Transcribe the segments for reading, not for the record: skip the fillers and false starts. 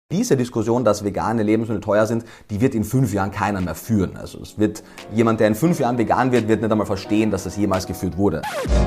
Diese Diskussion, dass vegane Lebensmittel teuer sind, die wird in 5 Jahren keiner mehr führen. Also es wird jemand, der in 5 Jahren vegan wird nicht einmal verstehen, dass das jemals geführt wurde.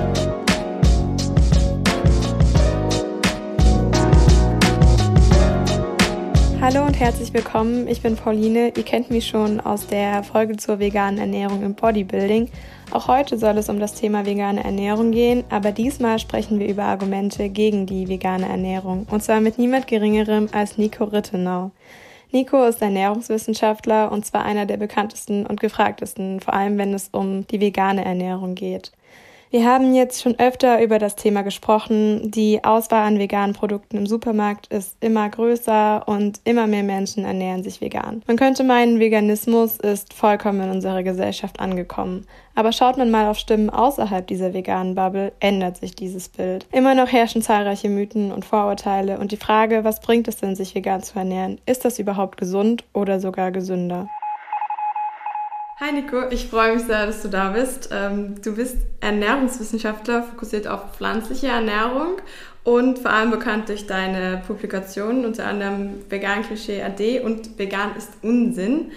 Hallo und herzlich willkommen, ich bin Pauline. Ihr kennt mich schon aus der Folge zur veganen Ernährung im Bodybuilding. Auch heute soll es um das Thema vegane Ernährung gehen, aber diesmal sprechen wir über Argumente gegen die vegane Ernährung. Und zwar mit niemand Geringerem als Nico Rittenau. Nico ist Ernährungswissenschaftler und zwar einer der bekanntesten und gefragtesten, vor allem wenn es um die vegane Ernährung geht. Wir haben jetzt schon öfter über das Thema gesprochen. Die Auswahl an veganen Produkten im Supermarkt ist immer größer und immer mehr Menschen ernähren sich vegan. Man könnte meinen, Veganismus ist vollkommen in unserer Gesellschaft angekommen. Aber schaut man mal auf Stimmen außerhalb dieser veganen Bubble, ändert sich dieses Bild. Immer noch herrschen zahlreiche Mythen und Vorurteile und die Frage, was bringt es denn, sich vegan zu ernähren? Ist das überhaupt gesund oder sogar gesünder? Hi Nico, ich freue mich sehr, dass du da bist. Du bist Ernährungswissenschaftler, fokussiert auf pflanzliche Ernährung und vor allem bekannt durch deine Publikationen, unter anderem Vegan Klischee AD und Vegan ist Unsinn.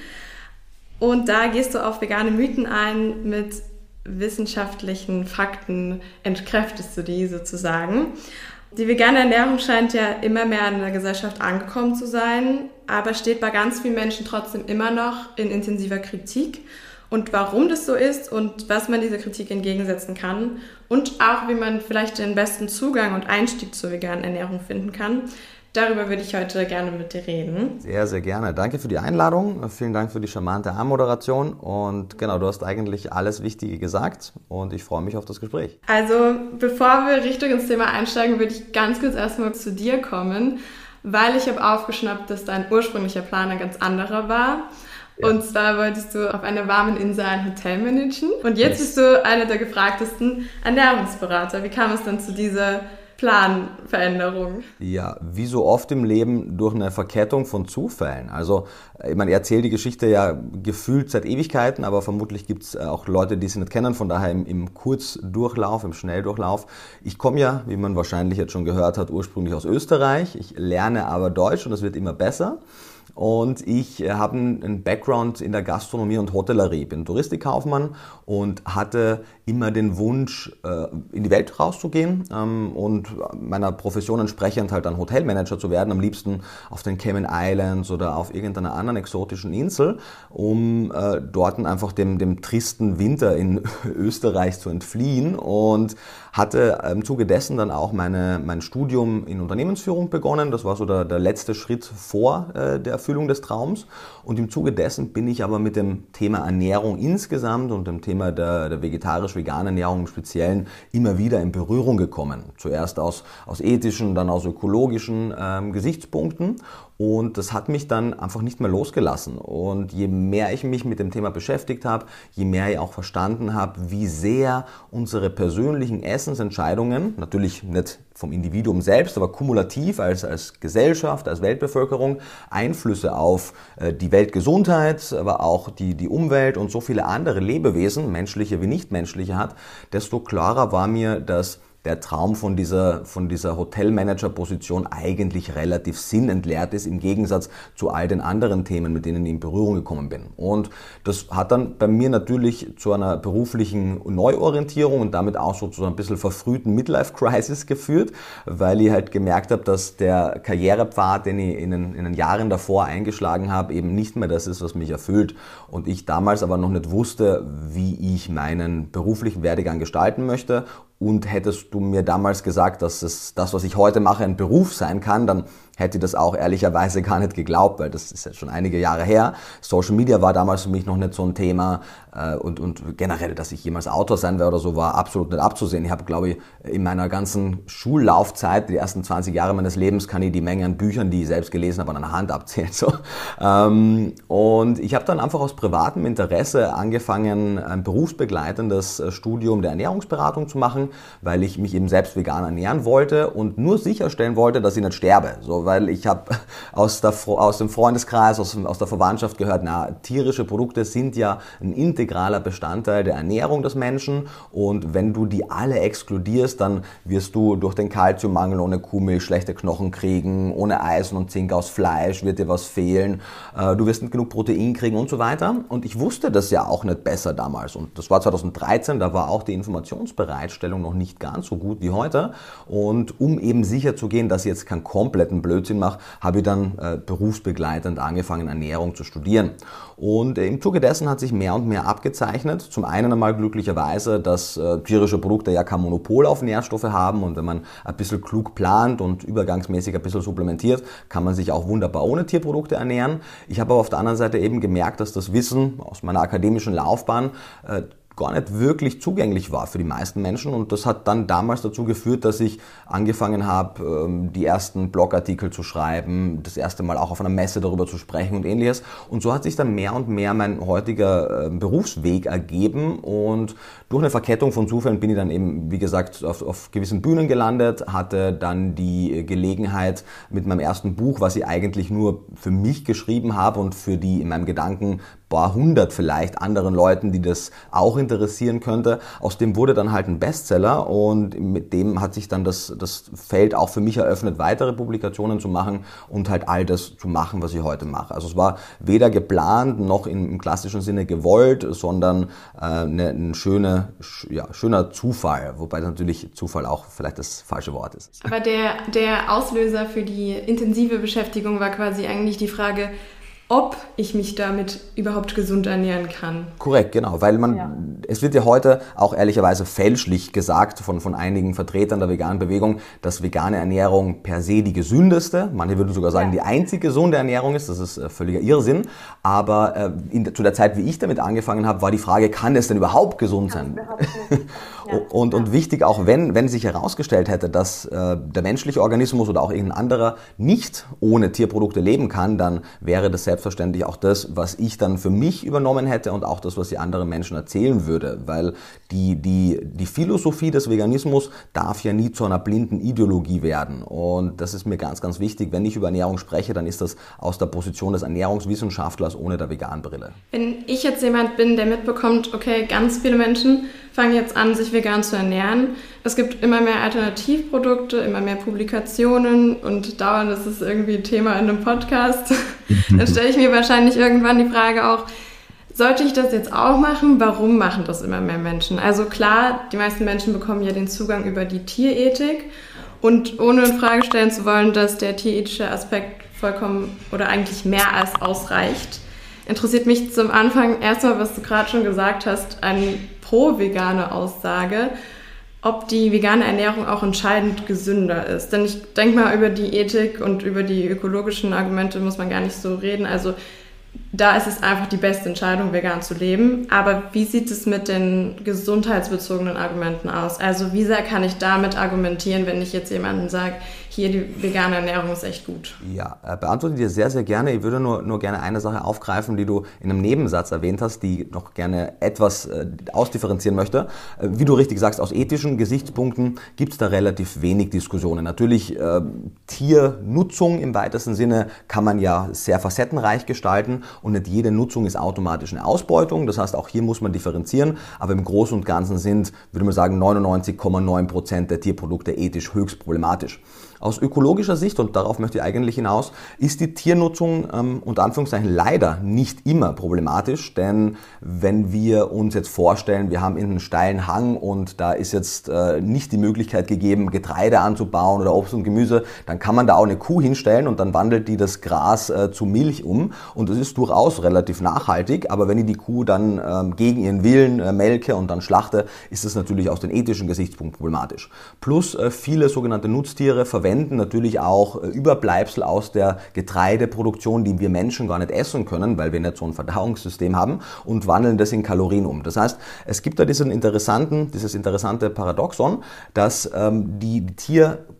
Und da gehst du auf vegane Mythen ein, mit wissenschaftlichen Fakten entkräftest du die sozusagen. Die vegane Ernährung scheint ja immer mehr in der Gesellschaft angekommen zu sein, aber steht bei ganz vielen Menschen trotzdem immer noch in intensiver Kritik. Und warum das so ist und was man dieser Kritik entgegensetzen kann und auch wie man vielleicht den besten Zugang und Einstieg zur veganen Ernährung finden kann, darüber würde ich heute gerne mit dir reden. Sehr, sehr gerne. Danke für die Einladung. Vielen Dank für die charmante Anmoderation. Und genau, du hast eigentlich alles Wichtige gesagt und ich freue mich auf das Gespräch. Also, bevor wir richtig ins Thema einsteigen, würde ich ganz kurz erstmal zu dir kommen, weil ich habe aufgeschnappt, dass dein ursprünglicher Plan ein ganz anderer war. Ja. Und zwar wolltest du auf einer warmen Insel ein Hotel managen. Und jetzt bist du einer der gefragtesten Ernährungsberater. Wie kam es dann zu dieser Planveränderung? Ja, wie so oft im Leben durch eine Verkettung von Zufällen. Also, ich meine, ich erzähle die Geschichte ja gefühlt seit Ewigkeiten, aber vermutlich gibt es auch Leute, die sie nicht kennen, von daher im Kurzdurchlauf, im Schnelldurchlauf. Ich komme ja, wie man wahrscheinlich jetzt schon gehört hat, ursprünglich aus Österreich. Ich lerne aber Deutsch und es wird immer besser. Und ich habe einen Background in der Gastronomie und Hotellerie, bin Touristikkaufmann und hatte immer den Wunsch, in die Welt rauszugehen und meiner Profession entsprechend halt dann Hotelmanager zu werden, am liebsten auf den Cayman Islands oder auf irgendeiner anderen exotischen Insel, um dort einfach dem tristen Winter in Österreich zu entfliehen und hatte im Zuge dessen dann auch mein Studium in Unternehmensführung begonnen. Das war so der letzte Schritt vor der Erfüllung des Traums. Und im Zuge dessen bin ich aber mit dem Thema Ernährung insgesamt und dem Thema der vegetarisch-veganen Ernährung im Speziellen immer wieder in Berührung gekommen. Zuerst aus ethischen, dann aus ökologischen Gesichtspunkten. Und das hat mich dann einfach nicht mehr losgelassen. Und je mehr ich mich mit dem Thema beschäftigt habe, je mehr ich auch verstanden habe, wie sehr unsere persönlichen Essensentscheidungen, natürlich nicht vom Individuum selbst, aber kumulativ als Gesellschaft, als Weltbevölkerung, Einflüsse auf die Weltgesundheit, aber auch die Umwelt und so viele andere Lebewesen, menschliche wie nichtmenschliche hat, desto klarer war mir, dass der Traum von dieser Hotelmanager-Position eigentlich relativ sinnentleert ist, im Gegensatz zu all den anderen Themen, mit denen ich in Berührung gekommen bin. Und das hat dann bei mir natürlich zu einer beruflichen Neuorientierung und damit auch so zu ein bisschen verfrühten Midlife-Crisis geführt, weil ich halt gemerkt habe, dass der Karrierepfad, den ich in den Jahren davor eingeschlagen habe, eben nicht mehr das ist, was mich erfüllt. Und ich damals aber noch nicht wusste, wie ich meinen beruflichen Werdegang gestalten möchte. Und hättest du mir damals gesagt, dass das, was ich heute mache, ein Beruf sein kann, dann hätte ich das auch ehrlicherweise gar nicht geglaubt, weil das ist jetzt schon einige Jahre her. Social Media war damals für mich noch nicht so ein Thema und generell, dass ich jemals Autor sein werde oder so, war absolut nicht abzusehen. Ich habe, glaube ich, in meiner ganzen Schullaufzeit, die ersten 20 Jahre meines Lebens, kann ich die Menge an Büchern, die ich selbst gelesen habe, an einer Hand abzählen. So. Und ich habe dann einfach aus privatem Interesse angefangen, ein berufsbegleitendes Studium der Ernährungsberatung zu machen, weil ich mich eben selbst vegan ernähren wollte und nur sicherstellen wollte, dass ich nicht sterbe. So, weil ich habe aus dem Freundeskreis, aus der Verwandtschaft gehört, tierische Produkte sind ja ein integraler Bestandteil der Ernährung des Menschen und wenn du die alle exkludierst, dann wirst du durch den Kalziummangel ohne Kuhmilch schlechte Knochen kriegen, ohne Eisen und Zink aus Fleisch wird dir was fehlen, du wirst nicht genug Protein kriegen und so weiter. Und ich wusste das ja auch nicht besser damals. Und das war 2013, da war auch die Informationsbereitstellung noch nicht ganz so gut wie heute. Und um eben sicher zu gehen, dass ich jetzt keinen kompletten Blödsinn mache, habe ich dann berufsbegleitend angefangen, Ernährung zu studieren. Und im Zuge dessen hat sich mehr und mehr abgezeichnet. Zum einen einmal glücklicherweise, dass tierische Produkte ja kein Monopol auf Nährstoffe haben und wenn man ein bisschen klug plant und übergangsmäßig ein bisschen supplementiert, kann man sich auch wunderbar ohne Tierprodukte ernähren. Ich habe aber auf der anderen Seite eben gemerkt, dass das Wissen aus meiner akademischen Laufbahn gar nicht wirklich zugänglich war für die meisten Menschen und das hat dann damals dazu geführt, dass ich angefangen habe, die ersten Blogartikel zu schreiben, das erste Mal auch auf einer Messe darüber zu sprechen und ähnliches und so hat sich dann mehr und mehr mein heutiger Berufsweg ergeben und durch eine Verkettung von Zufällen bin ich dann eben, wie gesagt, auf gewissen Bühnen gelandet, hatte dann die Gelegenheit mit meinem ersten Buch, was ich eigentlich nur für mich geschrieben habe und für die in meinem Gedanken paar hundert vielleicht anderen Leuten, die das auch interessieren könnte. Aus dem wurde dann halt ein Bestseller und mit dem hat sich dann das Feld auch für mich eröffnet, weitere Publikationen zu machen und halt all das zu machen, was ich heute mache. Also es war weder geplant noch im klassischen Sinne gewollt, sondern ein schöner Zufall, wobei natürlich Zufall auch vielleicht das falsche Wort ist. Aber der Auslöser für die intensive Beschäftigung war quasi eigentlich die Frage, ob ich mich damit überhaupt gesund ernähren kann. Korrekt, genau, weil es wird ja heute auch ehrlicherweise fälschlich gesagt von einigen Vertretern der veganen Bewegung, dass vegane Ernährung per se die gesündeste, manche würden sogar sagen, die einzig gesunde Ernährung ist, das ist völliger Irrsinn, aber zu der Zeit, wie ich damit angefangen habe, war die Frage, kann es denn überhaupt gesund sein? Und wichtig auch, wenn sich herausgestellt hätte, dass der menschliche Organismus oder auch irgendein anderer nicht ohne Tierprodukte leben kann, dann wäre das selbstverständlich auch das, was ich dann für mich übernommen hätte und auch das, was ich anderen Menschen erzählen würde, weil die Philosophie des Veganismus darf ja nie zu einer blinden Ideologie werden und das ist mir ganz, ganz wichtig. Wenn ich über Ernährung spreche, dann ist das aus der Position des Ernährungswissenschaftlers ohne der veganen Brille. Wenn ich jetzt jemand bin, der mitbekommt, okay, ganz viele Menschen fangen jetzt an, sich vegan zu ernähren. Es gibt immer mehr Alternativprodukte, immer mehr Publikationen und dauernd ist es irgendwie Thema in einem Podcast. Dann stelle ich mir wahrscheinlich irgendwann die Frage auch, sollte ich das jetzt auch machen? Warum machen das immer mehr Menschen? Also klar, die meisten Menschen bekommen ja den Zugang über die Tierethik und ohne in Frage stellen zu wollen, dass der tierethische Aspekt vollkommen oder eigentlich mehr als ausreicht, interessiert mich zum Anfang erstmal, was du gerade schon gesagt hast, eine pro-vegane Aussage, ob die vegane Ernährung auch entscheidend gesünder ist. Denn ich denke mal, über die Ethik und über die ökologischen Argumente muss man gar nicht so reden. Also da ist es einfach die beste Entscheidung, vegan zu leben. Aber wie sieht es mit den gesundheitsbezogenen Argumenten aus? Also wie sehr kann ich damit argumentieren, wenn ich jetzt jemandem sage, hier die vegane Ernährung ist echt gut? Ja, beantworte dir sehr, sehr gerne. Ich würde nur gerne eine Sache aufgreifen, die du in einem Nebensatz erwähnt hast, die ich noch gerne etwas ausdifferenzieren möchte. Wie du richtig sagst, aus ethischen Gesichtspunkten gibt es da relativ wenig Diskussionen. Natürlich, Tiernutzung im weitesten Sinne kann man ja sehr facettenreich gestalten und nicht jede Nutzung ist automatisch eine Ausbeutung. Das heißt, auch hier muss man differenzieren, aber im Großen und Ganzen sind, würde man sagen, 99,9% der Tierprodukte ethisch höchst problematisch. Aus ökologischer Sicht, und darauf möchte ich eigentlich hinaus, ist die Tiernutzung unter Anführungszeichen leider nicht immer problematisch, denn wenn wir uns jetzt vorstellen, wir haben einen steilen Hang und da ist jetzt nicht die Möglichkeit gegeben, Getreide anzubauen oder Obst und Gemüse, dann kann man da auch eine Kuh hinstellen und dann wandelt die das Gras zu Milch um und das ist durchaus relativ nachhaltig, aber wenn ich die Kuh dann gegen ihren Willen melke und dann schlachte, ist das natürlich aus den ethischen Gesichtspunkten problematisch. Plus viele sogenannte Nutztiere verwenden natürlich auch Überbleibsel aus der Getreideproduktion, die wir Menschen gar nicht essen können, weil wir nicht so ein Verdauungssystem haben und wandeln das in Kalorien um. Das heißt, es gibt da dieses interessante Paradoxon, dass die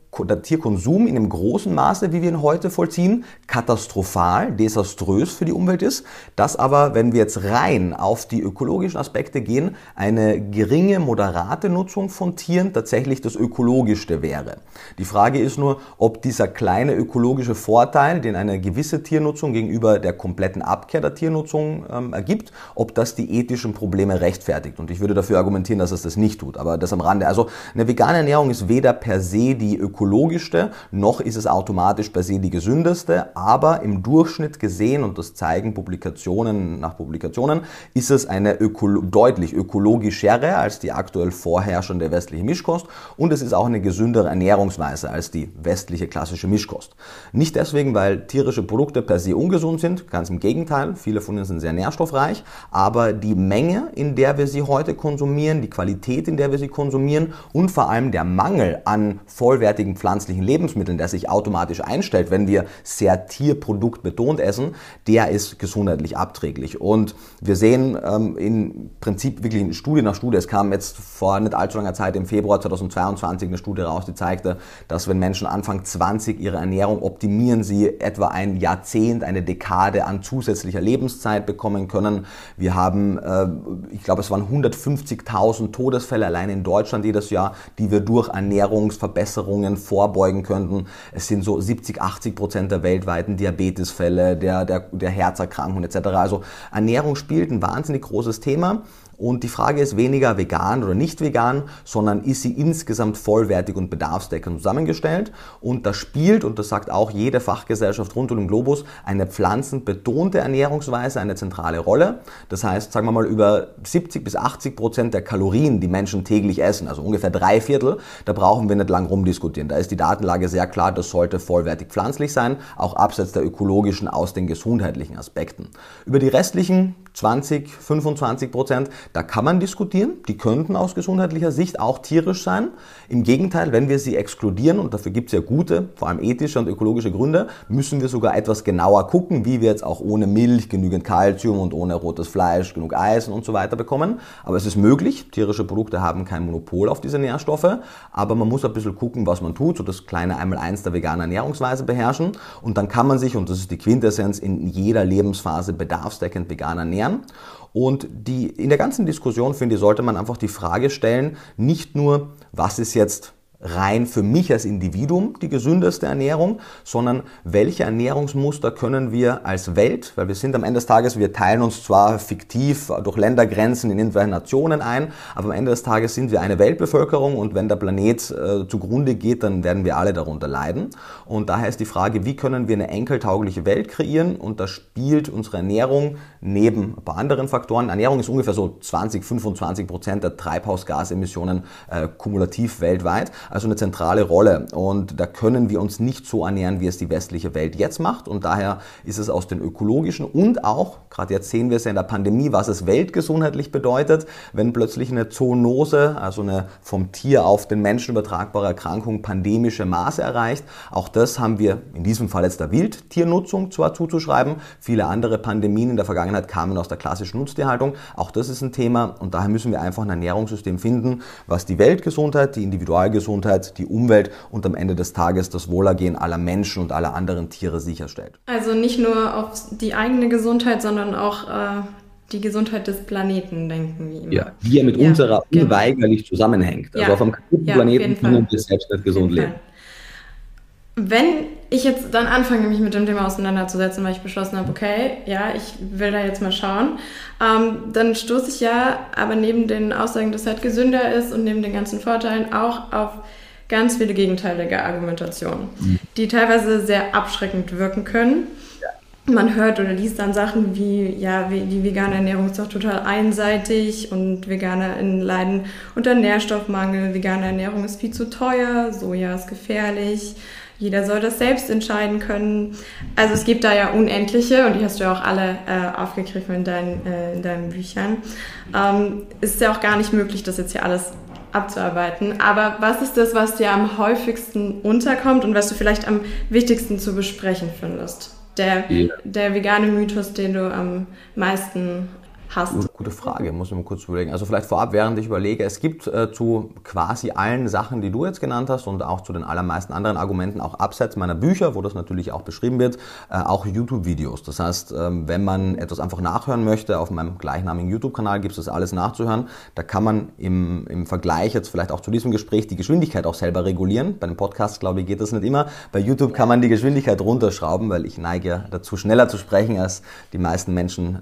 der Tierkonsum in einem großen Maße, wie wir ihn heute vollziehen, katastrophal, desaströs für die Umwelt ist, dass aber, wenn wir jetzt rein auf die ökologischen Aspekte gehen, eine geringe, moderate Nutzung von Tieren tatsächlich das Ökologischste wäre. Die Frage ist nur, ob dieser kleine ökologische Vorteil, den eine gewisse Tiernutzung gegenüber der kompletten Abkehr der Tiernutzung ergibt, ob das die ethischen Probleme rechtfertigt. Und ich würde dafür argumentieren, dass es das nicht tut, aber das am Rande. Also eine vegane Ernährung ist weder per se die ökologischste, noch ist es automatisch per se die gesündeste, aber im Durchschnitt gesehen, und das zeigen Publikationen nach Publikationen, ist es eine deutlich ökologischere als die aktuell vorherrschende westliche Mischkost und es ist auch eine gesündere Ernährungsweise als die westliche klassische Mischkost. Nicht deswegen, weil tierische Produkte per se ungesund sind, ganz im Gegenteil, viele von ihnen sind sehr nährstoffreich, aber die Menge, in der wir sie heute konsumieren, die Qualität, in der wir sie konsumieren und vor allem der Mangel an vollwertigen pflanzlichen Lebensmitteln, der sich automatisch einstellt, wenn wir sehr tierproduktbetont essen, der ist gesundheitlich abträglich. Und wir sehen im Prinzip wirklich in Studie nach Studie, es kam jetzt vor nicht allzu langer Zeit im Februar 2022 eine Studie raus, die zeigte, dass wenn Menschen Anfang 20 ihre Ernährung optimieren, sie etwa ein Jahrzehnt, eine Dekade an zusätzlicher Lebenszeit bekommen können. Wir haben, ich glaube, es waren 150.000 Todesfälle allein in Deutschland jedes Jahr, die wir durch Ernährungsverbesserungen vorbeugen könnten. Es sind so 70-80% der weltweiten Diabetesfälle, der Herzerkrankungen etc. Also Ernährung spielt ein wahnsinnig großes Thema. Und die Frage ist weniger vegan oder nicht vegan, sondern ist sie insgesamt vollwertig und bedarfsdeckend zusammengestellt. Und da spielt, und das sagt auch jede Fachgesellschaft rund um den Globus, eine pflanzenbetonte Ernährungsweise eine zentrale Rolle. Das heißt, sagen wir mal, über 70-80% der Kalorien, die Menschen täglich essen, also ungefähr 3/4, da brauchen wir nicht lang rumdiskutieren. Da ist die Datenlage sehr klar, das sollte vollwertig pflanzlich sein, auch abseits der ökologischen aus den gesundheitlichen Aspekten. Über die restlichen 20-25%, da kann man diskutieren, die könnten aus gesundheitlicher Sicht auch tierisch sein. Im Gegenteil, wenn wir sie exkludieren, und dafür gibt es ja gute, vor allem ethische und ökologische Gründe, müssen wir sogar etwas genauer gucken, wie wir jetzt auch ohne Milch genügend Kalzium und ohne rotes Fleisch genug Eisen und so weiter bekommen. Aber es ist möglich, tierische Produkte haben kein Monopol auf diese Nährstoffe, aber man muss ein bisschen gucken, was man tut, so das kleine Einmaleins der veganen Ernährungsweise beherrschen und dann kann man sich, und das ist die Quintessenz, in jeder Lebensphase bedarfsdeckend vegan ernähren. Und in der ganzen Diskussion, finde ich, sollte man einfach die Frage stellen, nicht nur, was ist jetzt rein für mich als Individuum die gesündeste Ernährung, sondern welche Ernährungsmuster können wir als Welt, weil wir sind am Ende des Tages, wir teilen uns zwar fiktiv durch Ländergrenzen in irgendwelche Nationen ein, aber am Ende des Tages sind wir eine Weltbevölkerung und wenn der Planet zugrunde geht, dann werden wir alle darunter leiden. Und daher ist die Frage, wie können wir eine enkeltaugliche Welt kreieren und da spielt unsere Ernährung neben ein paar anderen Faktoren, Ernährung ist ungefähr so 20-25% der Treibhausgasemissionen kumulativ weltweit, also eine zentrale Rolle und da können wir uns nicht so ernähren, wie es die westliche Welt jetzt macht und daher ist es aus den ökologischen und auch, gerade jetzt sehen wir es ja in der Pandemie, was es weltgesundheitlich bedeutet, wenn plötzlich eine Zoonose, also eine vom Tier auf den Menschen übertragbare Erkrankung pandemische Maße erreicht. Auch das haben wir in diesem Fall jetzt der Wildtiernutzung zwar zuzuschreiben, viele andere Pandemien in der Vergangenheit kamen aus der klassischen Nutztierhaltung. Auch das ist ein Thema und daher müssen wir einfach ein Ernährungssystem finden, was die Weltgesundheit, die Individualgesundheit, die Umwelt und am Ende des Tages das Wohlergehen aller Menschen und aller anderen Tiere sicherstellt. Also nicht nur auf die eigene Gesundheit, sondern auch die Gesundheit des Planeten, denken wir immer. Ja, die ja mit unserer unweigerlich zusammenhängt. Also auf einem kaputten Planeten können wir selbst nicht gesund leben. Wenn ich jetzt dann anfange, mich mit dem Thema auseinanderzusetzen, weil ich beschlossen habe, okay, ja, ich will da jetzt mal schauen, dann stoße ich ja aber neben den Aussagen, dass es halt gesünder ist und neben den ganzen Vorteilen auch auf ganz viele gegenteilige Argumentationen, die teilweise sehr abschreckend wirken können. Man hört oder liest dann Sachen wie, ja, die vegane Ernährung ist doch total einseitig und VeganerInnen leiden unter Nährstoffmangel, vegane Ernährung ist viel zu teuer, Soja ist gefährlich, jeder soll das selbst entscheiden können. Also es gibt da ja unendliche, und die hast du ja auch alle aufgegriffen in deinen Büchern. Ist ja auch gar nicht möglich, das jetzt hier alles abzuarbeiten. Aber was ist das, was dir am häufigsten unterkommt und was du vielleicht am wichtigsten zu besprechen findest? Der vegane Mythos, den du am meisten hast. Gute Frage, muss ich mal kurz überlegen. Also vielleicht vorab, während ich überlege, es gibt zu quasi allen Sachen, die du jetzt genannt hast und auch zu den allermeisten anderen Argumenten, auch abseits meiner Bücher, wo das natürlich auch beschrieben wird, auch YouTube-Videos. Das heißt, wenn man etwas einfach nachhören möchte, auf meinem gleichnamigen YouTube-Kanal gibt es das alles nachzuhören. Da kann man im Vergleich jetzt vielleicht auch zu diesem Gespräch die Geschwindigkeit auch selber regulieren. Bei einem Podcast, glaube ich, geht das nicht immer. Bei YouTube kann man die Geschwindigkeit runterschrauben, weil ich neige ja dazu, schneller zu sprechen, als die meisten Menschen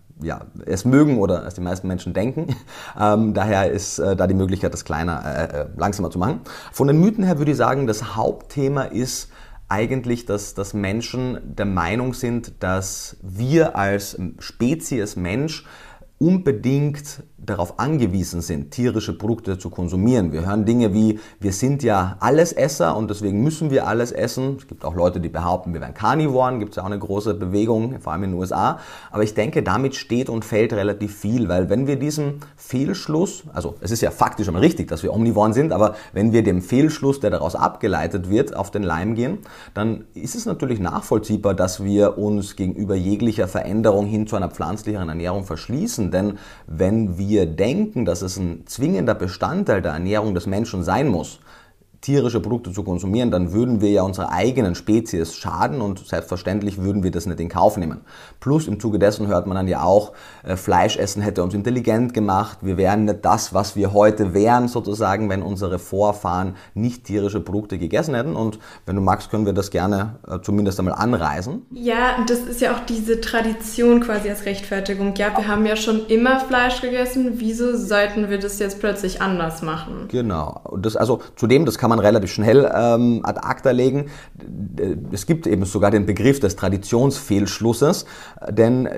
es mögen oder als die meisten Menschen denken. Daher ist da die Möglichkeit, das langsamer zu machen. Von den Mythen her würde ich sagen, das Hauptthema ist eigentlich, dass Menschen der Meinung sind, dass wir als Spezies Mensch unbedingt darauf angewiesen sind, tierische Produkte zu konsumieren. Wir hören Dinge wie, wir sind ja Allesesser und deswegen müssen wir alles essen. Es gibt auch Leute, die behaupten, wir wären Karnivoren, gibt es ja auch eine große Bewegung, vor allem in den USA. Aber ich denke, damit steht und fällt relativ viel, weil wenn wir diesen Fehlschluss, also es ist ja faktisch einmal richtig, dass wir Omnivoren sind, aber wenn wir dem Fehlschluss, der daraus abgeleitet wird, auf den Leim gehen, dann ist es natürlich nachvollziehbar, dass wir uns gegenüber jeglicher Veränderung hin zu einer pflanzlicheren Ernährung verschließen. Denn wenn wir denken, dass es ein zwingender Bestandteil der Ernährung des Menschen sein muss, tierische Produkte zu konsumieren, dann würden wir ja unserer eigenen Spezies schaden und selbstverständlich würden wir das nicht in Kauf nehmen. Plus im Zuge dessen hört man dann ja auch, Fleischessen hätte uns intelligent gemacht, wir wären nicht das, was wir heute wären sozusagen, wenn unsere Vorfahren nicht tierische Produkte gegessen hätten und wenn du magst, können wir das gerne zumindest einmal anreißen. Ja, das ist ja auch diese Tradition quasi als Rechtfertigung. Ja, wir haben ja schon immer Fleisch gegessen, wieso sollten wir das jetzt plötzlich anders machen? Genau, das kann man relativ schnell ad acta legen. Es gibt eben sogar den Begriff des Traditionsfehlschlusses, denn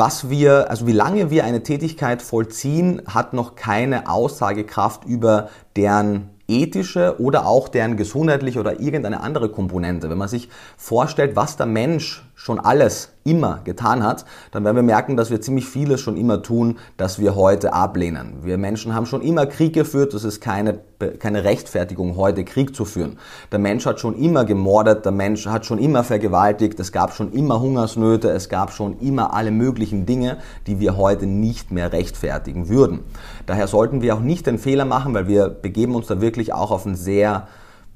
wie lange wir eine Tätigkeit vollziehen, hat noch keine Aussagekraft über deren ethische oder auch deren gesundheitliche oder irgendeine andere Komponente. Wenn man sich vorstellt, was der Mensch schon alles immer getan hat, dann werden wir merken, dass wir ziemlich vieles schon immer tun, das wir heute ablehnen. Wir Menschen haben schon immer Krieg geführt, das ist keine Rechtfertigung, heute Krieg zu führen. Der Mensch hat schon immer gemordet, der Mensch hat schon immer vergewaltigt, es gab schon immer Hungersnöte, es gab schon immer alle möglichen Dinge, die wir heute nicht mehr rechtfertigen würden. Daher sollten wir auch nicht den Fehler machen, weil wir begeben uns da wirklich auch auf ein sehr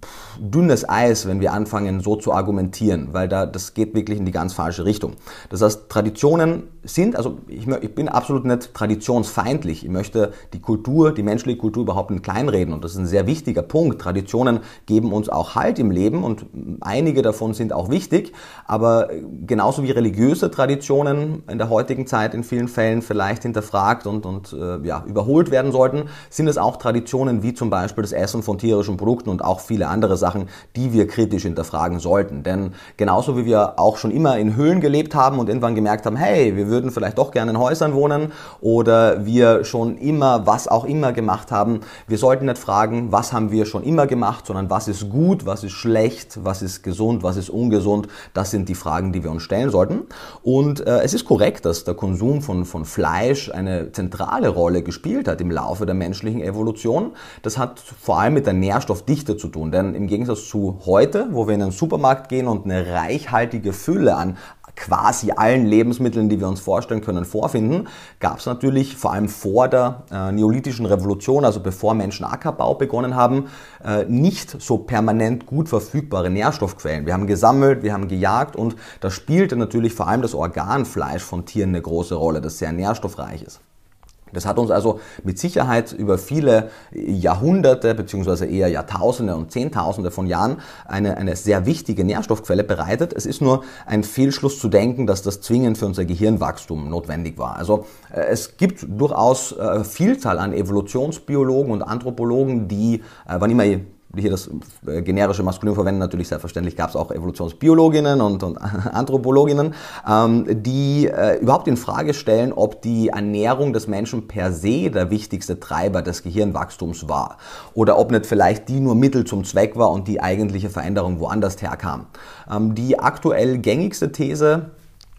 dünnes Eis, wenn wir anfangen so zu argumentieren, weil das geht wirklich in die ganz falsche Richtung. Das heißt, Traditionen sind, also ich bin absolut nicht traditionsfeindlich. Ich möchte die menschliche Kultur überhaupt nicht kleinreden und das ist ein sehr wichtiger Punkt. Traditionen geben uns auch Halt im Leben und einige davon sind auch wichtig, aber genauso wie religiöse Traditionen in der heutigen Zeit in vielen Fällen vielleicht hinterfragt und überholt werden sollten, sind es auch Traditionen wie zum Beispiel das Essen von tierischen Produkten und auch viele andere Sachen, die wir kritisch hinterfragen sollten. Denn genauso wie wir auch schon immer in Höhlen gelebt haben und irgendwann gemerkt haben, hey, wir würden vielleicht doch gerne in Häusern wohnen oder wir schon immer, was auch immer gemacht haben, wir sollten nicht fragen, was haben wir schon immer gemacht, sondern was ist gut, was ist schlecht, was ist gesund, was ist ungesund. Das sind die Fragen, die wir uns stellen sollten. Und es ist korrekt, dass der Konsum von Fleisch eine zentrale Rolle gespielt hat im Laufe der menschlichen Evolution. Das hat vor allem mit der Nährstoffdichte zu tun, denn im Gegensatz zu heute, wo wir in den Supermarkt gehen und eine reichhaltige Fülle an quasi allen Lebensmitteln, die wir uns vorstellen können, vorfinden, gab es natürlich vor allem vor der neolithischen Revolution, also bevor Menschen Ackerbau begonnen haben, nicht so permanent gut verfügbare Nährstoffquellen. Wir haben gesammelt, wir haben gejagt und da spielte natürlich vor allem das Organfleisch von Tieren eine große Rolle, das sehr nährstoffreich ist. Das hat uns also mit Sicherheit über viele Jahrhunderte bzw. eher Jahrtausende und Zehntausende von Jahren eine sehr wichtige Nährstoffquelle bereitet. Es ist nur ein Fehlschluss zu denken, dass das zwingend für unser Gehirnwachstum notwendig war. Also es gibt durchaus Vielzahl an Evolutionsbiologen und Anthropologen, die, wann immer hier das generische Maskulinum verwenden, natürlich selbstverständlich gab es auch Evolutionsbiologinnen und Anthropologinnen, die überhaupt in Frage stellen, ob die Ernährung des Menschen per se der wichtigste Treiber des Gehirnwachstums war oder ob nicht vielleicht die nur Mittel zum Zweck war und die eigentliche Veränderung woanders herkam. Die aktuell gängigste These,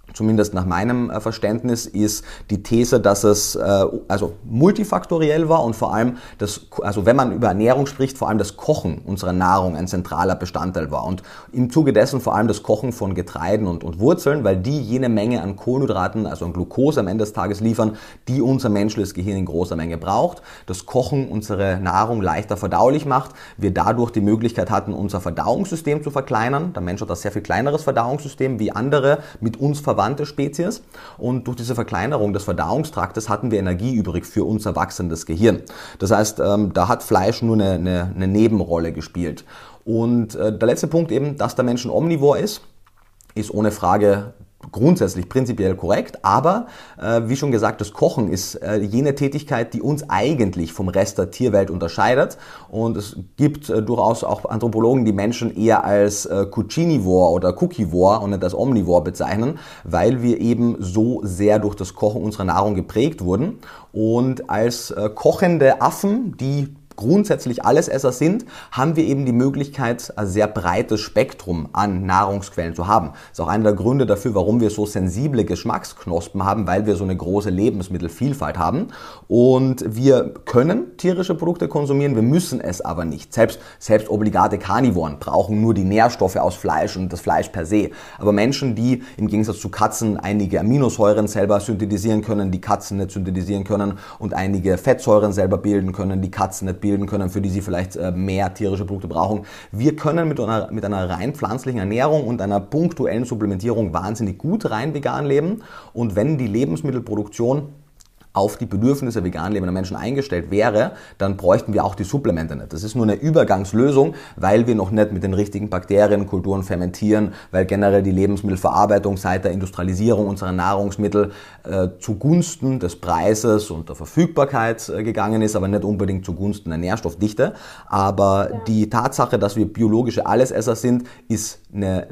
zumindest nach meinem Verständnis, ist die These, dass es also multifaktoriell war und vor allem, also wenn man über Ernährung spricht, vor allem das Kochen unserer Nahrung ein zentraler Bestandteil war. Und im Zuge dessen vor allem das Kochen von Getreiden und Wurzeln, weil die jene Menge an Kohlenhydraten, also an Glucose am Ende des Tages liefern, die unser menschliches Gehirn in großer Menge braucht. Das Kochen unsere Nahrung leichter verdaulich macht. Wir dadurch die Möglichkeit hatten, unser Verdauungssystem zu verkleinern. Der Mensch hat ein sehr viel kleineres Verdauungssystem wie andere mit uns verwandte Spezies, und durch diese Verkleinerung des Verdauungstraktes hatten wir Energie übrig für unser wachsendes Gehirn. Das heißt, da hat Fleisch nur eine Nebenrolle gespielt. Und der letzte Punkt eben, dass der Mensch ein Omnivor ist ohne Frage grundsätzlich prinzipiell korrekt, aber wie schon gesagt, das Kochen ist jene Tätigkeit, die uns eigentlich vom Rest der Tierwelt unterscheidet, und es gibt durchaus auch Anthropologen, die Menschen eher als Cucinivore oder Cookivore und nicht als Omnivore bezeichnen, weil wir eben so sehr durch das Kochen unserer Nahrung geprägt wurden, und als kochende Affen, die grundsätzlich Allesesser sind, haben wir eben die Möglichkeit, ein sehr breites Spektrum an Nahrungsquellen zu haben. Das ist auch einer der Gründe dafür, warum wir so sensible Geschmacksknospen haben, weil wir so eine große Lebensmittelvielfalt haben. Und wir können tierische Produkte konsumieren, wir müssen es aber nicht. Selbst obligate Karnivoren brauchen nur die Nährstoffe aus Fleisch und das Fleisch per se. Aber Menschen, die im Gegensatz zu Katzen einige Aminosäuren selber synthetisieren können, die Katzen nicht synthetisieren können, und einige Fettsäuren selber bilden können, die Katzen nicht bilden können, für die sie vielleicht mehr tierische Produkte brauchen. Wir können mit einer rein pflanzlichen Ernährung und einer punktuellen Supplementierung wahnsinnig gut rein vegan leben, und wenn die Lebensmittelproduktion auf die Bedürfnisse vegan lebender Menschen eingestellt wäre, dann bräuchten wir auch die Supplemente nicht. Das ist nur eine Übergangslösung, weil wir noch nicht mit den richtigen Bakterienkulturen fermentieren, weil generell die Lebensmittelverarbeitung seit der Industrialisierung unserer Nahrungsmittel zugunsten des Preises und der Verfügbarkeit gegangen ist, aber nicht unbedingt zugunsten der Nährstoffdichte. Aber die Tatsache, dass wir biologische Allesesser sind, ist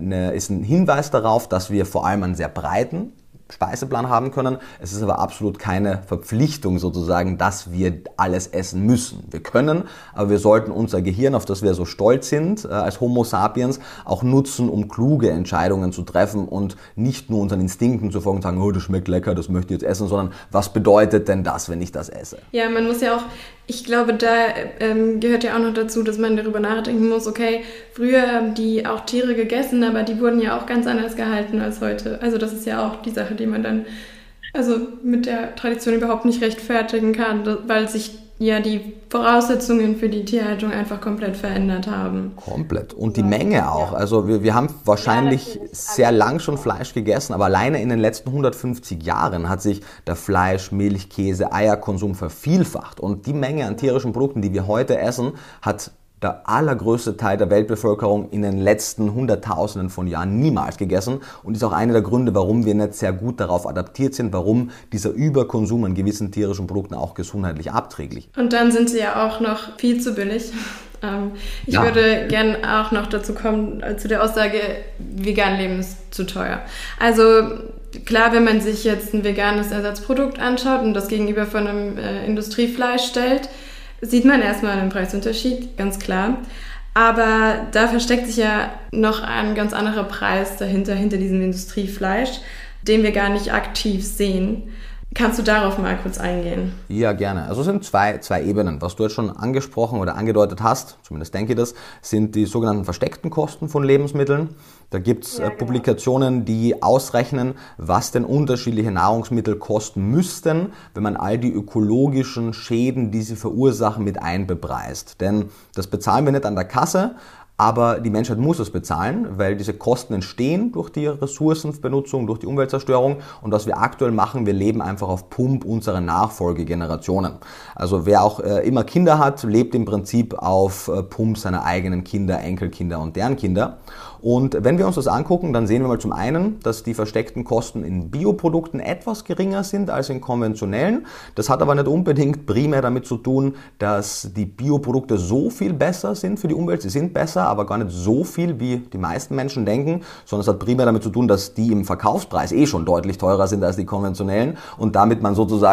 ein Hinweis darauf, dass wir vor allem einen sehr breiten Speiseplan haben können. Es ist aber absolut keine Verpflichtung sozusagen, dass wir alles essen müssen. Wir können, aber wir sollten unser Gehirn, auf das wir so stolz sind, als Homo sapiens, auch nutzen, um kluge Entscheidungen zu treffen und nicht nur unseren Instinkten zu folgen und sagen, oh, das schmeckt lecker, das möchte ich jetzt essen, sondern was bedeutet denn das, wenn ich das esse? Ja, man muss ja auch, ich glaube, da gehört ja auch noch dazu, dass man darüber nachdenken muss, okay, früher haben die auch Tiere gegessen, aber die wurden ja auch ganz anders gehalten als heute. Also das ist ja auch die Sache, die man dann also mit der Tradition überhaupt nicht rechtfertigen kann, weil sich ja die Voraussetzungen für die Tierhaltung einfach komplett verändert haben. Komplett. Und die Menge auch. Also wir haben wahrscheinlich sehr lang schon Fleisch gegessen, aber alleine in den letzten 150 Jahren hat sich der Fleisch-, Milch-, Käse-, Eierkonsum vervielfacht. Und die Menge an tierischen Produkten, die wir heute essen, hat der allergrößte Teil der Weltbevölkerung in den letzten Hunderttausenden von Jahren niemals gegessen, und ist auch einer der Gründe, warum wir nicht sehr gut darauf adaptiert sind, warum dieser Überkonsum an gewissen tierischen Produkten auch gesundheitlich abträglich. Und dann sind sie ja auch noch viel zu billig. Ich würde gerne auch noch dazu kommen, zu der Aussage, vegan leben ist zu teuer. Also klar, wenn man sich jetzt ein veganes Ersatzprodukt anschaut und das gegenüber von einem Industriefleisch stellt, sieht man erstmal einen Preisunterschied, ganz klar. Aber da versteckt sich ja noch ein ganz anderer Preis dahinter, hinter diesem Industriefleisch, den wir gar nicht aktiv sehen. Kannst du darauf mal kurz eingehen? Ja, gerne. Also es sind zwei Ebenen. Was du jetzt schon angesprochen oder angedeutet hast, zumindest denke ich das, sind die sogenannten versteckten Kosten von Lebensmitteln. Da gibt's Publikationen, die ausrechnen, was denn unterschiedliche Nahrungsmittel kosten müssten, wenn man all die ökologischen Schäden, die sie verursachen, mit einbepreist. Denn das bezahlen wir nicht an der Kasse, aber die Menschheit muss es bezahlen, weil diese Kosten entstehen durch die Ressourcenbenutzung, durch die Umweltzerstörung, und was wir aktuell machen, wir leben einfach auf Pump unserer Nachfolgegenerationen. Also wer auch immer Kinder hat, lebt im Prinzip auf Pump seiner eigenen Kinder, Enkelkinder und deren Kinder. Und wenn wir uns das angucken, dann sehen wir mal zum einen, dass die versteckten Kosten in Bioprodukten etwas geringer sind als in konventionellen. Das hat aber nicht unbedingt primär damit zu tun, dass die Bioprodukte so viel besser sind für die Umwelt. Sie sind besser, aber gar nicht so viel, wie die meisten Menschen denken, sondern es hat primär damit zu tun, dass die im Verkaufspreis schon deutlich teurer sind als die konventionellen und damit man sozusagen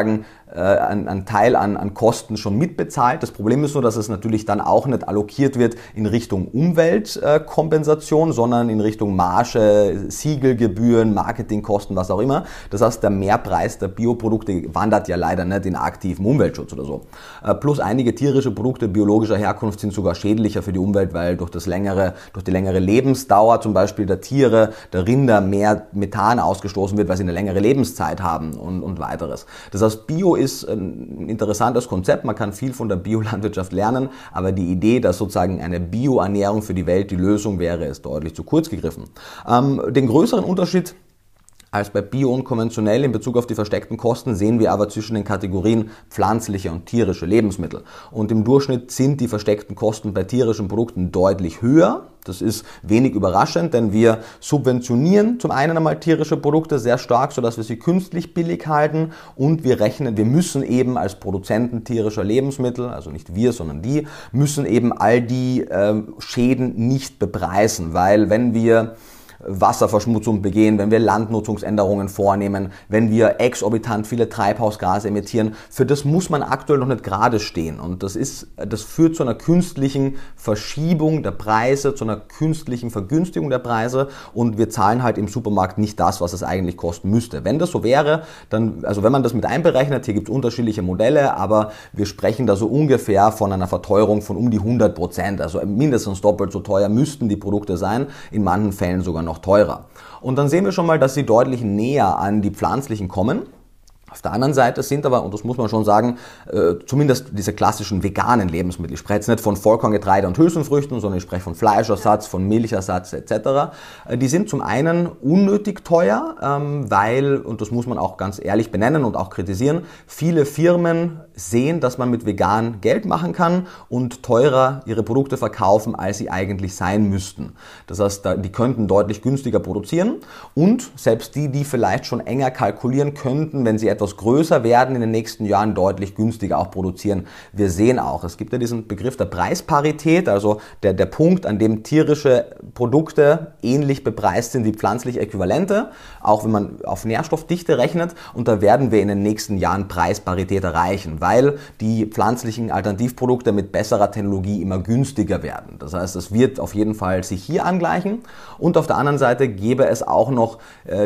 einen Teil an Kosten schon mitbezahlt. Das Problem ist nur, dass es natürlich dann auch nicht allokiert wird in Richtung Umweltkompensation, sondern in Richtung Marge, Siegelgebühren, Marketingkosten, was auch immer. Das heißt, der Mehrpreis der Bioprodukte wandert ja leider nicht in aktiven Umweltschutz oder so. Plus einige tierische Produkte biologischer Herkunft sind sogar schädlicher für die Umwelt, weil durch die längere Lebensdauer zum Beispiel der Tiere, der Rinder mehr Methan ausgestoßen wird, weil sie eine längere Lebenszeit haben und weiteres. Das heißt, Bio ist ein interessantes Konzept, man kann viel von der Biolandwirtschaft lernen, aber die Idee, dass sozusagen eine Bioernährung für die Welt die Lösung wäre, ist deutlich zu kurz gegriffen. Den größeren Unterschied als bei Bio und konventionell in Bezug auf die versteckten Kosten sehen wir aber zwischen den Kategorien pflanzliche und tierische Lebensmittel. Und im Durchschnitt sind die versteckten Kosten bei tierischen Produkten deutlich höher. Das ist wenig überraschend, denn wir subventionieren zum einen einmal tierische Produkte sehr stark, sodass wir sie künstlich billig halten, und wir müssen eben als Produzenten tierischer Lebensmittel, also nicht wir, sondern die, müssen eben all die Schäden nicht bepreisen, weil wenn wir Wasserverschmutzung begehen, wenn wir Landnutzungsänderungen vornehmen, wenn wir exorbitant viele Treibhausgase emittieren, für das muss man aktuell noch nicht gerade stehen. Und das führt zu einer künstlichen Verschiebung der Preise, zu einer künstlichen Vergünstigung der Preise, und wir zahlen halt im Supermarkt nicht das, was es eigentlich kosten müsste. Wenn das so wäre, dann, also wenn man das mit einberechnet, hier gibt es unterschiedliche Modelle, aber wir sprechen da so ungefähr von einer Verteuerung von um die 100%. Also mindestens doppelt so teuer müssten die Produkte sein, in manchen Fällen sogar noch teurer. Und dann sehen wir schon mal, dass sie deutlich näher an die pflanzlichen kommen. Auf der anderen Seite sind aber, und das muss man schon sagen, zumindest diese klassischen veganen Lebensmittel, ich spreche jetzt nicht von Vollkorngetreide und Hülsenfrüchten, sondern ich spreche von Fleischersatz, von Milchersatz etc., die sind zum einen unnötig teuer, weil, und das muss man auch ganz ehrlich benennen und auch kritisieren, viele Firmen sehen, dass man mit vegan Geld machen kann und teurer ihre Produkte verkaufen, als sie eigentlich sein müssten. Das heißt, die könnten deutlich günstiger produzieren, und selbst die vielleicht schon enger kalkulieren könnten, wenn sie etwas größer werden in den nächsten Jahren, deutlich günstiger auch produzieren. Wir sehen auch, es gibt ja diesen Begriff der Preisparität, also der Punkt, an dem tierische Produkte ähnlich bepreist sind wie pflanzlich Äquivalente, auch wenn man auf Nährstoffdichte rechnet, und da werden wir in den nächsten Jahren Preisparität erreichen, weil die pflanzlichen Alternativprodukte mit besserer Technologie immer günstiger werden. Das heißt, es wird auf jeden Fall sich hier angleichen, und auf der anderen Seite gäbe es auch noch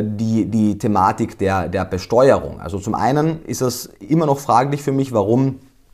die Thematik der Besteuerung. Also zum einen ist es immer noch fraglich für mich, warum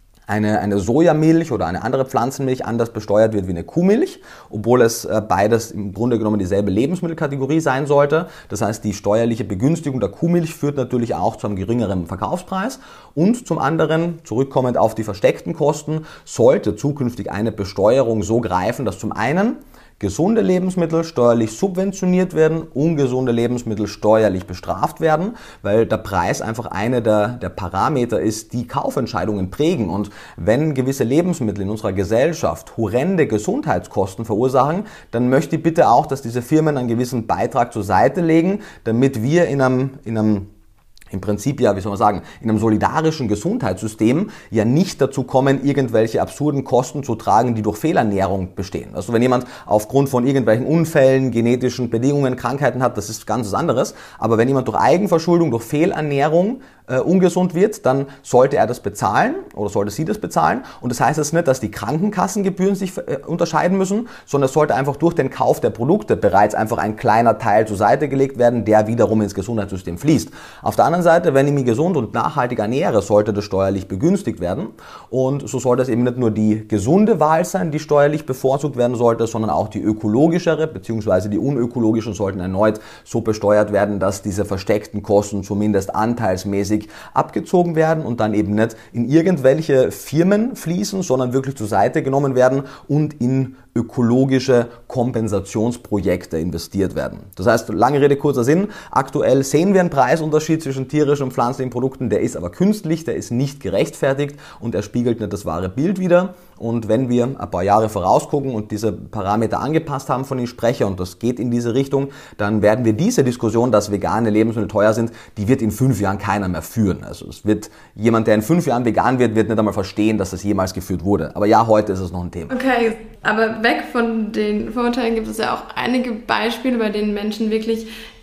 eine Sojamilch oder eine andere Pflanzenmilch anders besteuert wird wie eine Kuhmilch, obwohl es beides im Grunde genommen dieselbe Lebensmittelkategorie sein sollte. Das heißt, die steuerliche Begünstigung der Kuhmilch führt natürlich auch zu einem geringeren Verkaufspreis. Und zum anderen, zurückkommend auf die versteckten Kosten, sollte zukünftig eine Besteuerung so greifen, dass zum einen gesunde Lebensmittel steuerlich subventioniert werden, ungesunde Lebensmittel steuerlich bestraft werden, weil der Preis einfach eine der Parameter ist, die Kaufentscheidungen prägen. Und wenn gewisse Lebensmittel in unserer Gesellschaft horrende Gesundheitskosten verursachen, dann möchte ich bitte auch, dass diese Firmen einen gewissen Beitrag zur Seite legen, damit wir in einem im Prinzip ja, wie soll man sagen, in einem solidarischen Gesundheitssystem ja nicht dazu kommen, irgendwelche absurden Kosten zu tragen, die durch Fehlernährung bestehen. Also wenn jemand aufgrund von irgendwelchen Unfällen, genetischen Bedingungen, Krankheiten hat, das ist ganz was anderes. Aber wenn jemand durch Eigenverschuldung, durch Fehlernährung ungesund wird, dann sollte er das bezahlen oder sollte sie das bezahlen. Und das heißt jetzt nicht, dass die Krankenkassengebühren sich unterscheiden müssen, sondern es sollte einfach durch den Kauf der Produkte bereits einfach ein kleiner Teil zur Seite gelegt werden, der wiederum ins Gesundheitssystem fließt. Auf der anderen Seite, wenn ich mich gesund und nachhaltig ernähre, sollte das steuerlich begünstigt werden. Und so sollte es eben nicht nur die gesunde Wahl sein, die steuerlich bevorzugt werden sollte, sondern auch die ökologischere, beziehungsweise die unökologischen sollten erneut so besteuert werden, dass diese versteckten Kosten zumindest anteilsmäßig abgezogen werden und dann eben nicht in irgendwelche Firmen fließen, sondern wirklich zur Seite genommen werden und in ökologische Kompensationsprojekte investiert werden. Das heißt, lange Rede, kurzer Sinn, aktuell sehen wir einen Preisunterschied zwischen tierischen und pflanzlichen Produkten, der ist aber künstlich, der ist nicht gerechtfertigt und er spiegelt nicht das wahre Bild wider. Und wenn wir ein paar Jahre vorausgucken und diese Parameter angepasst haben, von denen ich spreche, und das geht in diese Richtung, dann werden wir diese Diskussion, dass vegane Lebensmittel teuer sind, die wird in 5 Jahren keiner mehr führen. Also es wird jemand, der in 5 Jahren vegan wird nicht einmal verstehen, dass das jemals geführt wurde. Aber ja, heute ist es noch ein Thema. Okay, aber weg von den Vorurteilen gibt es ja auch einige Beispiele, bei denen Menschen wirklich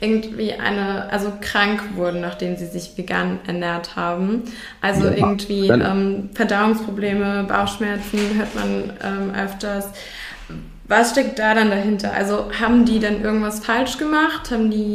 irgendwie krank wurden, nachdem sie sich vegan ernährt haben. Also irgendwie Verdauungsprobleme, Bauchschmerzen hört man öfters. Was steckt da dann dahinter? Also haben die dann irgendwas falsch gemacht?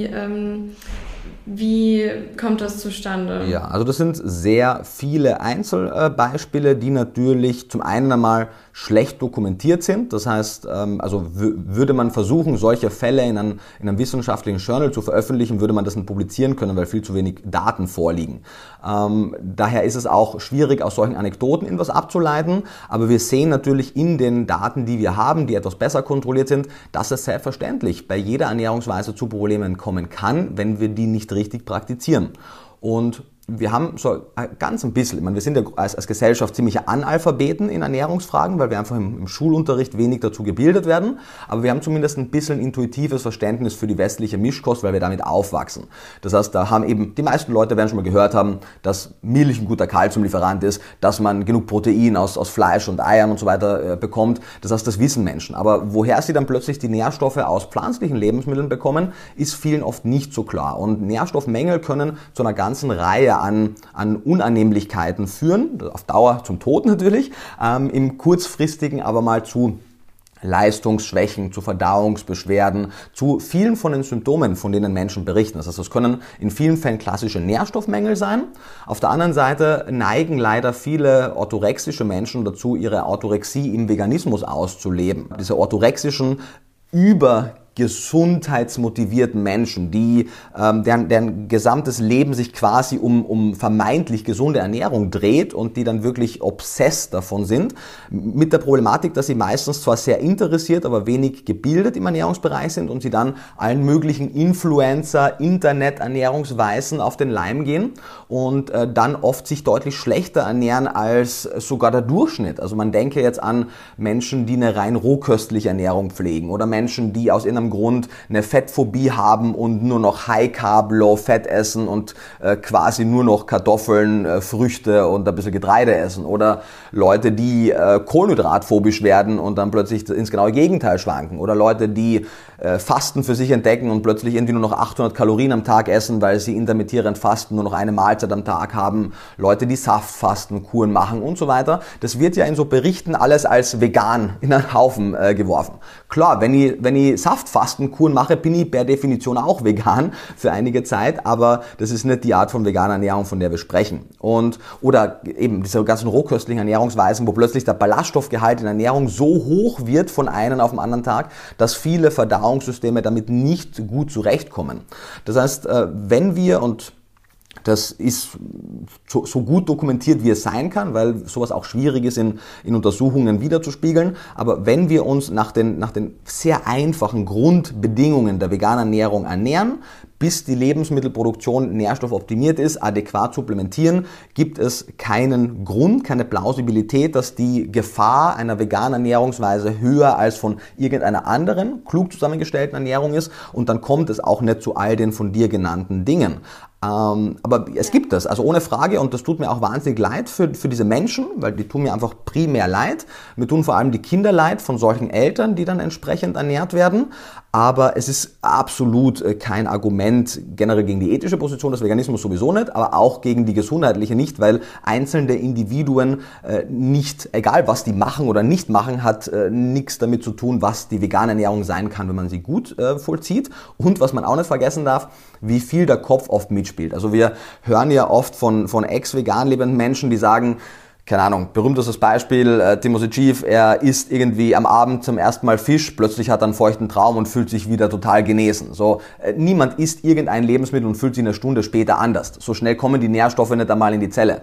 Wie kommt das zustande? Ja, also das sind sehr viele Einzelbeispiele, die natürlich zum einen einmal schlecht dokumentiert sind. Das heißt, würde man versuchen, solche Fälle in einem wissenschaftlichen Journal zu veröffentlichen, würde man das nicht publizieren können, weil viel zu wenig Daten vorliegen. Daher ist es auch schwierig, aus solchen Anekdoten etwas abzuleiten. Aber wir sehen natürlich in den Daten, die wir haben, die etwas besser kontrolliert sind, dass es selbstverständlich bei jeder Ernährungsweise zu Problemen kommen kann, wenn wir die nicht richtig praktizieren. Und wir haben so ganz ein bisschen, wir sind ja als Gesellschaft ziemliche Analphabeten in Ernährungsfragen, weil wir einfach im Schulunterricht wenig dazu gebildet werden, aber wir haben zumindest ein bisschen intuitives Verständnis für die westliche Mischkost, weil wir damit aufwachsen. Das heißt, da haben eben die meisten Leute, werden schon mal gehört haben, dass Milch ein guter Kalziumlieferant ist, dass man genug Protein aus Fleisch und Eiern und so weiter bekommt. Das heißt, das wissen Menschen. Aber woher sie dann plötzlich die Nährstoffe aus pflanzlichen Lebensmitteln bekommen, ist vielen oft nicht so klar. Und Nährstoffmängel können zu einer ganzen Reihe an Unannehmlichkeiten führen, auf Dauer zum Tod natürlich, im kurzfristigen aber mal zu Leistungsschwächen, zu Verdauungsbeschwerden, zu vielen von den Symptomen, von denen Menschen berichten. Das heißt, das können in vielen Fällen klassische Nährstoffmängel sein. Auf der anderen Seite neigen leider viele orthorexische Menschen dazu, ihre Orthorexie im Veganismus auszuleben. Diese orthorexischen gesundheitsmotivierten Menschen, die deren gesamtes Leben sich quasi um vermeintlich gesunde Ernährung dreht und die dann wirklich obsessed davon sind, mit der Problematik, dass sie meistens zwar sehr interessiert, aber wenig gebildet im Ernährungsbereich sind und sie dann allen möglichen Influencer, Internet-Ernährungsweisen auf den Leim gehen und dann oft sich deutlich schlechter ernähren als sogar der Durchschnitt. Also man denke jetzt an Menschen, die eine rein rohköstliche Ernährung pflegen oder Menschen, die aus irgendeinem Grund eine Fettphobie haben und nur noch High Carb, Low Fat essen und quasi nur noch Kartoffeln, Früchte und ein bisschen Getreide essen. Oder Leute, die kohlenhydratphobisch werden und dann plötzlich ins genaue Gegenteil schwanken. Oder Leute, die Fasten für sich entdecken und plötzlich irgendwie nur noch 800 Kalorien am Tag essen, weil sie intermittierend fasten, nur noch eine Mahlzeit am Tag haben. Leute, die Saftfasten, Kuren machen und so weiter. Das wird ja in so Berichten alles als vegan in einen Haufen geworfen. Klar, wenn ich Saftfastenkuren mache, bin ich per Definition auch vegan für einige Zeit, aber das ist nicht die Art von veganer Ernährung, von der wir sprechen. Oder eben diese ganzen rohköstlichen Ernährungsweisen, wo plötzlich der Ballaststoffgehalt in Ernährung so hoch wird von einem auf den anderen Tag, dass viele Verdauungssysteme damit nicht gut zurechtkommen. Das heißt, wenn wir, und das ist so gut dokumentiert, wie es sein kann, weil sowas auch schwierig ist, in Untersuchungen wiederzuspiegeln. Aber wenn wir uns nach den sehr einfachen Grundbedingungen der veganen Ernährung ernähren, bis die Lebensmittelproduktion nährstoffoptimiert ist, adäquat supplementieren, gibt es keinen Grund, keine Plausibilität, dass die Gefahr einer veganen Ernährungsweise höher als von irgendeiner anderen klug zusammengestellten Ernährung ist. Und dann kommt es auch nicht zu all den von dir genannten Dingen. Aber es gibt das, also ohne Frage, und das tut mir auch wahnsinnig leid für diese Menschen, weil die tun mir einfach primär leid. Mir tun vor allem die Kinder leid von solchen Eltern, die dann entsprechend ernährt werden. Aber es ist absolut kein Argument generell gegen die ethische Position des Veganismus sowieso nicht, aber auch gegen die gesundheitliche nicht, weil einzelne Individuen nicht, egal was die machen oder nicht machen, hat nichts damit zu tun, was die vegane Ernährung sein kann, wenn man sie gut vollzieht. Und was man auch nicht vergessen darf, wie viel der Kopf oft mitspielt. Also wir hören ja oft von ex-vegan lebenden Menschen, die sagen, keine Ahnung, berühmtestes Beispiel, Timothy Chief, er isst irgendwie am Abend zum ersten Mal Fisch, plötzlich hat er einen feuchten Traum und fühlt sich wieder total genesen. So, niemand isst irgendein Lebensmittel und fühlt sich eine Stunde später anders. So schnell kommen die Nährstoffe nicht einmal in die Zelle.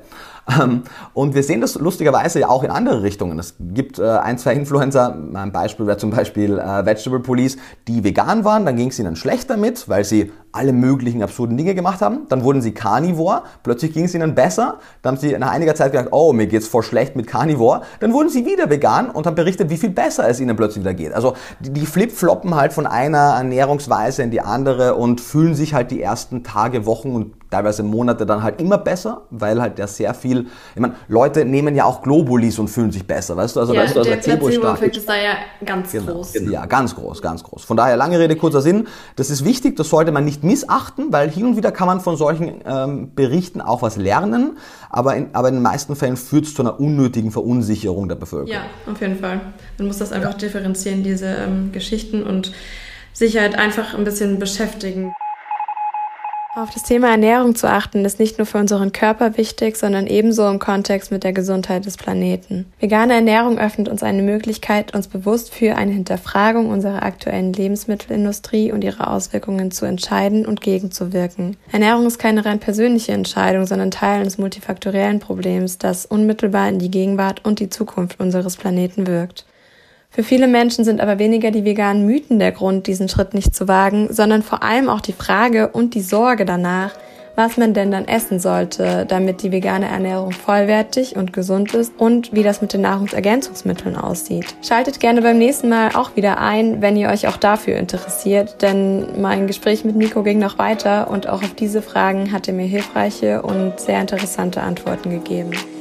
Und wir sehen das lustigerweise ja auch in andere Richtungen. Es gibt ein, zwei Influencer, ein Beispiel wäre zum Beispiel Vegetable Police, die vegan waren, dann ging es ihnen schlecht damit, weil sie alle möglichen absurden Dinge gemacht haben. Dann wurden sie Carnivore, plötzlich ging es ihnen besser. Dann haben sie nach einiger Zeit gedacht, oh, mir geht's voll schlecht mit Carnivore. Dann wurden sie wieder vegan und haben berichtet, wie viel besser es ihnen plötzlich wieder geht. Also die flip-floppen halt von einer Ernährungsweise in die andere und fühlen sich halt die ersten Tage, Wochen und teilweise Monate dann halt immer besser, weil halt ja sehr viel, ich meine, Leute nehmen ja auch Globulis und fühlen sich besser, weißt du? Also, ja, weißt du, der Placebo-Effekt ist da ja ganz groß. Ja, ganz groß, ganz groß. Von daher, lange Rede, kurzer Sinn, das ist wichtig, das sollte man nicht missachten, weil hin und wieder kann man von solchen Berichten auch was lernen, aber in den meisten Fällen führt es zu einer unnötigen Verunsicherung der Bevölkerung. Ja, auf jeden Fall. Man muss das einfach differenzieren, diese Geschichten, und sich halt einfach ein bisschen beschäftigen. Auf das Thema Ernährung zu achten, ist nicht nur für unseren Körper wichtig, sondern ebenso im Kontext mit der Gesundheit des Planeten. Vegane Ernährung öffnet uns eine Möglichkeit, uns bewusst für eine Hinterfragung unserer aktuellen Lebensmittelindustrie und ihre Auswirkungen zu entscheiden und gegenzuwirken. Ernährung ist keine rein persönliche Entscheidung, sondern Teil eines multifaktoriellen Problems, das unmittelbar in die Gegenwart und die Zukunft unseres Planeten wirkt. Für viele Menschen sind aber weniger die veganen Mythen der Grund, diesen Schritt nicht zu wagen, sondern vor allem auch die Frage und die Sorge danach, was man denn dann essen sollte, damit die vegane Ernährung vollwertig und gesund ist und wie das mit den Nahrungsergänzungsmitteln aussieht. Schaltet gerne beim nächsten Mal auch wieder ein, wenn ihr euch auch dafür interessiert, denn mein Gespräch mit Nico ging noch weiter und auch auf diese Fragen hat er mir hilfreiche und sehr interessante Antworten gegeben.